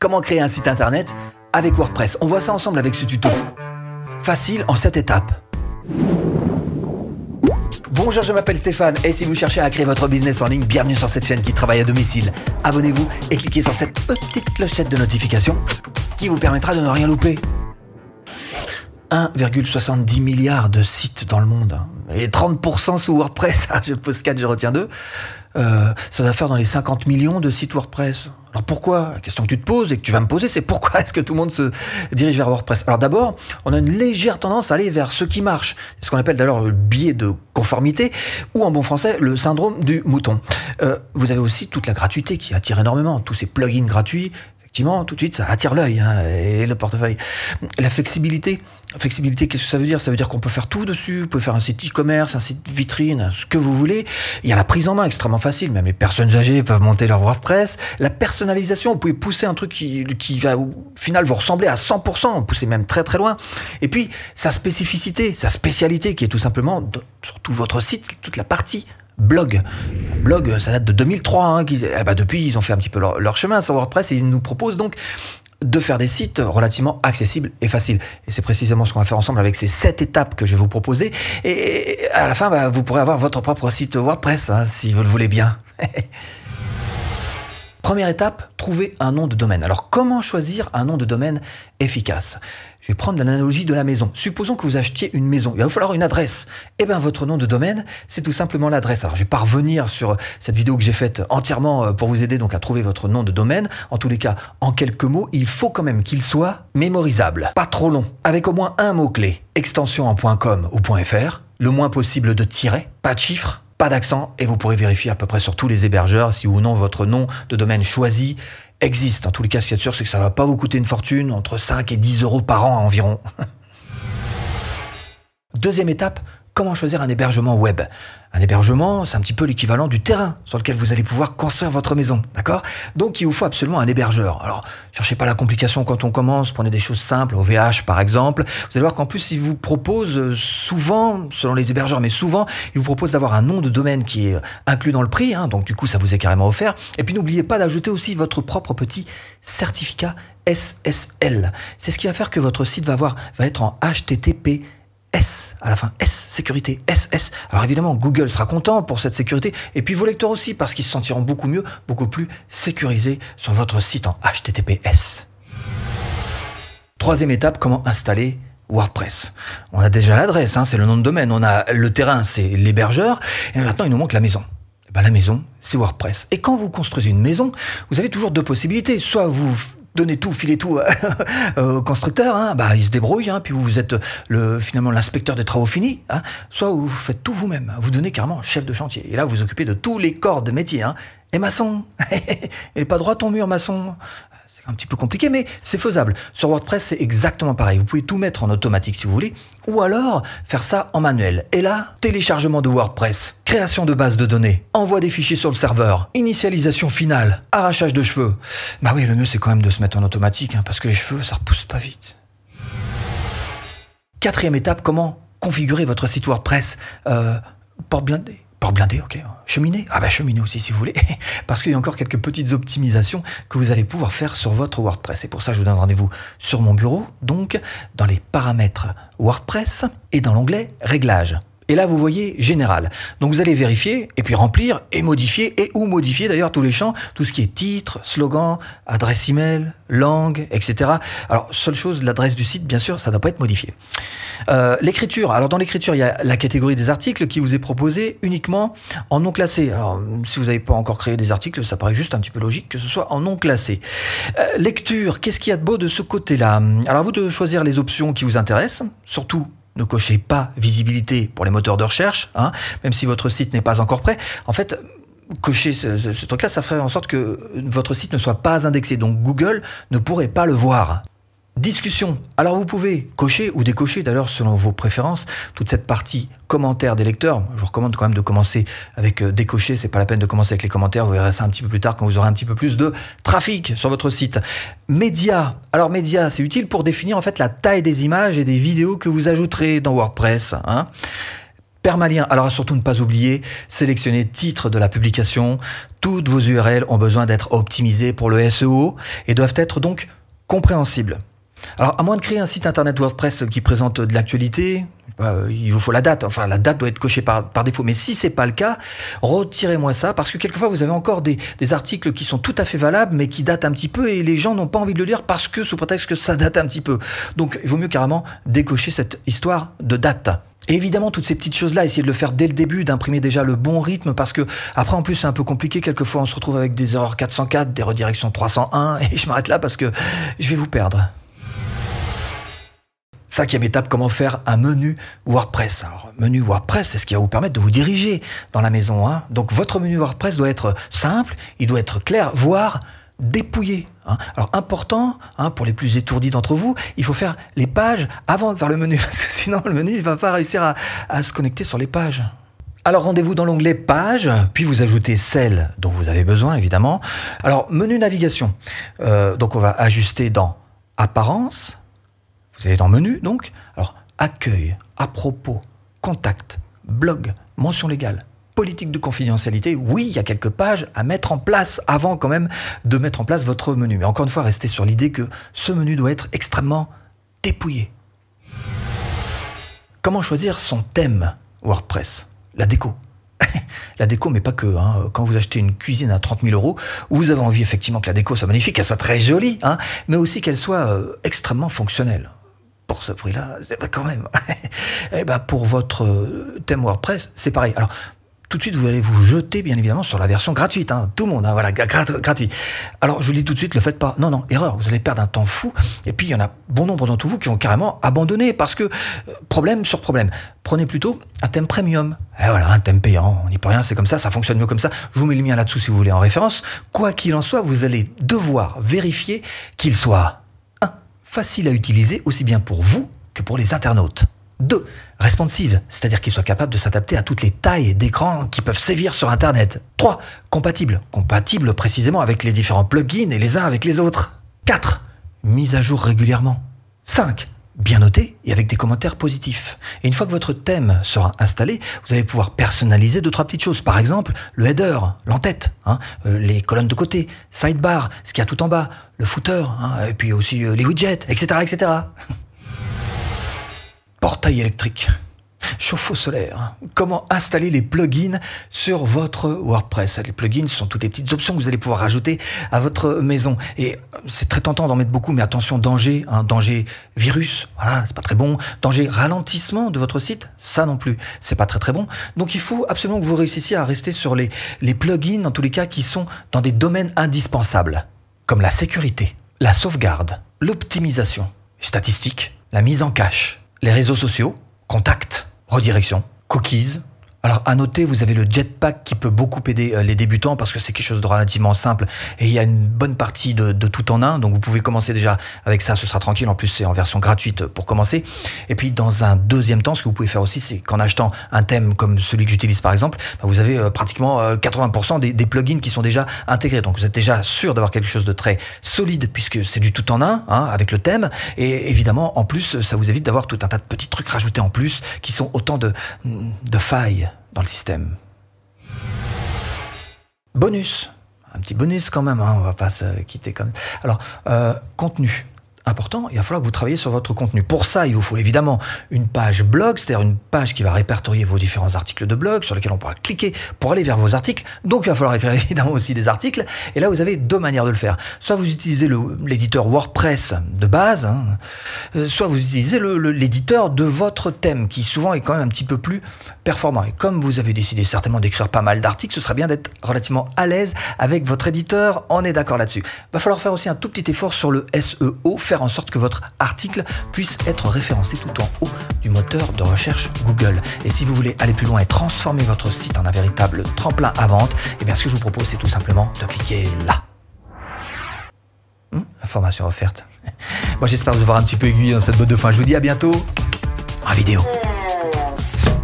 Comment créer un site internet avec WordPress? On voit ça ensemble avec ce tuto. Facile en 7 étapes. Bonjour, je m'appelle Stéphane et si vous cherchez à créer votre business en ligne, bienvenue sur cette chaîne qui travaille à domicile. Abonnez-vous et cliquez sur cette petite clochette de notification qui vous permettra de ne rien louper. 1,70 milliard de sites dans le monde et 30% sous WordPress. Je pose 4, je retiens 2. Ça doit faire dans les 50 millions de sites WordPress. Alors pourquoi? La question que tu te poses et que tu vas me poser, c'est pourquoi est-ce que tout le monde se dirige vers WordPress? Alors d'abord, on a une légère tendance à aller vers ce qui marche. C'est ce qu'on appelle d'ailleurs le biais de conformité ou en bon français, le syndrome du mouton. Vous avez aussi toute la gratuité qui attire énormément. Tous ces plugins gratuits, effectivement, tout de suite, ça attire l'œil et le portefeuille. La flexibilité, qu'est-ce que ça veut dire? Ça veut dire qu'on peut faire tout dessus. Vous pouvez faire un site e-commerce, un site vitrine, ce que vous voulez. Il y a la prise en main extrêmement facile. Même les personnes âgées peuvent monter leur WordPress. La personnalisation, vous pouvez pousser un truc qui va au final vous ressembler à 100%, pousser même très très loin. Et puis, sa spécificité, sa spécialité qui est tout simplement, surtout votre site, toute la partie blog, ça date de 2003. Depuis, ils ont fait un petit peu leur chemin sur WordPress et ils nous proposent donc de faire des sites relativement accessibles et faciles. Et c'est précisément ce qu'on va faire ensemble avec ces 7 étapes que je vais vous proposer. Et à la fin, vous pourrez avoir votre propre site WordPress, si vous le voulez bien. Première étape, trouver un nom de domaine. Alors, comment choisir un nom de domaine efficace? Je vais prendre l'analogie de la maison. Supposons que vous achetiez une maison. Il va vous falloir une adresse. Votre nom de domaine, c'est tout simplement l'adresse. Alors, je vais pas revenir sur cette vidéo que j'ai faite entièrement pour vous aider donc à trouver votre nom de domaine. En tous les cas, en quelques mots, il faut quand même qu'il soit mémorisable. Pas trop long. Avec au moins un mot-clé. Extension en .com ou .fr. Le moins possible de tirets. Pas de chiffres. Pas d'accent. Et vous pourrez vérifier à peu près sur tous les hébergeurs si ou non votre nom de domaine choisi existe. En tous les cas, ce qu'il y a de sûr, c'est que ça va pas vous coûter une fortune, entre 5 et 10 euros par an environ. Deuxième étape, comment choisir un hébergement web? Un hébergement, c'est un petit peu l'équivalent du terrain sur lequel vous allez pouvoir construire votre maison, d'accord? Donc, il vous faut absolument un hébergeur. Alors, cherchez pas la complication quand on commence, prenez des choses simples, OVH par exemple. Vous allez voir qu'en plus, il vous propose souvent, selon les hébergeurs, mais souvent, il vous propose d'avoir un nom de domaine qui est inclus dans le prix, donc du coup, ça vous est carrément offert. Et puis, n'oubliez pas d'ajouter aussi votre propre petit certificat SSL. C'est ce qui va faire que votre site va être en HTTP S, à la fin, S, sécurité, SS. Alors évidemment, Google sera content pour cette sécurité, et puis vos lecteurs aussi, parce qu'ils se sentiront beaucoup mieux, beaucoup plus sécurisés sur votre site en HTTPS. Troisième étape, comment installer WordPress. On a déjà l'adresse, c'est le nom de domaine, on a le terrain, c'est l'hébergeur, et maintenant il nous manque la maison. La maison, c'est WordPress. Et quand vous construisez une maison, vous avez toujours deux possibilités. Soit vous donnez tout, filez tout au constructeur, il se débrouille, puis vous êtes finalement l'inspecteur des travaux finis, soit vous faites tout vous-même, vous devenez carrément chef de chantier. Et là, vous vous occupez de tous les corps de métier. Et maçon, et pas droit ton mur, maçon. C'est un petit peu compliqué, mais c'est faisable. Sur WordPress, c'est exactement pareil. Vous pouvez tout mettre en automatique si vous voulez, ou alors faire ça en manuel. Et là, téléchargement de WordPress, création de base de données, envoi des fichiers sur le serveur, initialisation finale, arrachage de cheveux. Oui, le mieux c'est quand même de se mettre en automatique, parce que les cheveux, ça repousse pas vite. Quatrième étape, comment configurer votre site WordPress? Porte blindée, ok. Cheminée? Cheminée aussi si vous voulez. Parce qu'il y a encore quelques petites optimisations que vous allez pouvoir faire sur votre WordPress. Et pour ça, je vous donne rendez-vous sur mon bureau, donc dans les paramètres WordPress et dans l'onglet Réglages. Et là, vous voyez Général. Donc, vous allez vérifier et puis remplir et modifier d'ailleurs tous les champs, tout ce qui est titre, slogan, adresse email, langue, etc. Alors, seule chose, l'adresse du site, bien sûr, ça ne doit pas être modifié. L'écriture. Alors, dans l'écriture, il y a la catégorie des articles qui vous est proposée uniquement en non classé. Alors, si vous n'avez pas encore créé des articles, ça paraît juste un petit peu logique que ce soit en non classé. Lecture. Qu'est-ce qu'il y a de beau de ce côté-là? Alors, à vous de choisir les options qui vous intéressent, surtout. Ne cochez pas visibilité pour les moteurs de recherche, même si votre site n'est pas encore prêt. En fait, cocher ce truc-là, ça ferait en sorte que votre site ne soit pas indexé. Donc Google ne pourrait pas le voir. Discussion. Alors vous pouvez cocher ou décocher, d'ailleurs selon vos préférences, toute cette partie commentaires des lecteurs. Je vous recommande quand même de commencer avec décocher, c'est pas la peine de commencer avec les commentaires, vous verrez ça un petit peu plus tard quand vous aurez un petit peu plus de trafic sur votre site. Médias. Alors médias, c'est utile pour définir en fait la taille des images et des vidéos que vous ajouterez dans WordPress. Permalien, alors surtout ne pas oublier, sélectionnez titre de la publication. Toutes vos URL ont besoin d'être optimisées pour le SEO et doivent être donc compréhensibles. Alors, à moins de créer un site internet WordPress qui présente de l'actualité, il vous faut la date. Enfin, la date doit être cochée par défaut. Mais si c'est pas le cas, retirez-moi ça parce que quelquefois vous avez encore des articles qui sont tout à fait valables mais qui datent un petit peu et les gens n'ont pas envie de le lire parce que sous prétexte que ça date un petit peu. Donc, il vaut mieux carrément décocher cette histoire de date. Et évidemment, toutes ces petites choses-là, essayez de le faire dès le début, d'imprimer déjà le bon rythme, parce que après, en plus, c'est un peu compliqué. Quelquefois, on se retrouve avec des erreurs 404, des redirections 301, et je m'arrête là parce que je vais vous perdre. 5e étape, comment faire un menu WordPress. Alors, menu WordPress, c'est ce qui va vous permettre de vous diriger dans la maison. Donc, votre menu WordPress doit être simple, il doit être clair, voire dépouillé. Alors, important, pour les plus étourdis d'entre vous, il faut faire les pages avant de faire le menu, parce que sinon, le menu, il ne va pas réussir à se connecter sur les pages. Alors, rendez-vous dans l'onglet Pages, puis vous ajoutez celle dont vous avez besoin, évidemment. Alors, menu navigation. Donc, on va ajuster dans Apparence. Vous allez dans Menu, donc. Alors, Accueil, à propos, Contact, Blog, Mention légale, Politique de confidentialité. Oui, il y a quelques pages à mettre en place avant quand même de mettre en place votre menu. Mais encore une fois, restez sur l'idée que ce menu doit être extrêmement dépouillé. Comment choisir son thème WordPress? La déco. La déco, mais pas que. Quand vous achetez une cuisine à 30 000 €, vous avez envie effectivement que la déco soit magnifique, qu'elle soit très jolie, mais aussi qu'elle soit extrêmement fonctionnelle. Pour ce prix-là, c'est pas quand même. Et pour votre thème WordPress, c'est pareil. Alors, tout de suite, vous allez vous jeter, bien évidemment, sur la version gratuite. Tout le monde, voilà, gratuit. Alors, je vous le dis tout de suite, le faites pas. Non, erreur. Vous allez perdre un temps fou. Et puis, il y en a bon nombre d'entre vous qui vont carrément abandonner parce que, problème sur problème. Prenez plutôt un thème premium. Et voilà, un thème payant. On n'y peut rien, c'est comme ça fonctionne mieux comme ça. Je vous mets le mien là-dessous si vous voulez en référence. Quoi qu'il en soit, vous allez devoir vérifier qu'il soit facile à utiliser aussi bien pour vous que pour les internautes. 2. Responsive, c'est-à-dire qu'il soit capable de s'adapter à toutes les tailles d'écran qui peuvent sévir sur Internet. 3. Compatible précisément avec les différents plugins et les uns avec les autres. 4. Mise à jour régulièrement. 5. Bien noté et avec des commentaires positifs. Et une fois que votre thème sera installé, vous allez pouvoir personnaliser 2-3 petites choses. Par exemple, le header, l'entête, les colonnes de côté, sidebar, ce qu'il y a tout en bas, le footer, et puis aussi les widgets, etc. Portail électrique, chauffe-eau solaire. Comment installer les plugins sur votre WordPress? Les plugins sont toutes les petites options que vous allez pouvoir rajouter à votre maison. Et c'est très tentant d'en mettre beaucoup, mais attention, danger, danger virus, voilà, c'est pas très bon. Danger ralentissement de votre site, ça non plus, c'est pas très bon. Donc il faut absolument que vous réussissiez à rester sur les plugins, en tous les cas, qui sont dans des domaines indispensables, comme la sécurité, la sauvegarde, l'optimisation, les statistiques, la mise en cache, les réseaux sociaux, contacts, redirection, cookies. Alors à noter, vous avez le Jetpack qui peut beaucoup aider les débutants parce que c'est quelque chose de relativement simple et il y a une bonne partie de tout en un. Donc vous pouvez commencer déjà avec ça, ce sera tranquille. En plus, c'est en version gratuite pour commencer. Et puis dans un deuxième temps, ce que vous pouvez faire aussi, c'est qu'en achetant un thème comme celui que j'utilise par exemple, vous avez pratiquement 80% des plugins qui sont déjà intégrés. Donc vous êtes déjà sûr d'avoir quelque chose de très solide puisque c'est du tout en un avec le thème. Et évidemment, en plus, ça vous évite d'avoir tout un tas de petits trucs rajoutés en plus qui sont autant de failles dans le système. Bonus, un petit bonus quand même, on va pas se quitter comme ça. Alors, contenu. Important, il va falloir que vous travailliez sur votre contenu. Pour ça, il vous faut évidemment une page blog, c'est-à-dire une page qui va répertorier vos différents articles de blog sur lesquels on pourra cliquer pour aller vers vos articles. Donc, il va falloir écrire évidemment aussi des articles. Et là, vous avez 2 manières de le faire. Soit vous utilisez l'éditeur WordPress de base, soit vous utilisez l'éditeur de votre thème, qui souvent est quand même un petit peu plus performant. Et comme vous avez décidé certainement d'écrire pas mal d'articles, ce serait bien d'être relativement à l'aise avec votre éditeur. On est d'accord là-dessus. Il va falloir faire aussi un tout petit effort sur le SEO, faire en sorte que votre article puisse être référencé tout en haut du moteur de recherche Google. Et si vous voulez aller plus loin et transformer votre site en un véritable tremplin à vente, eh bien ce que je vous propose, c'est tout simplement de cliquer là. Information offerte. Moi, j'espère vous avoir un petit peu aiguillé dans cette botte de foin. Je vous dis à bientôt en vidéo.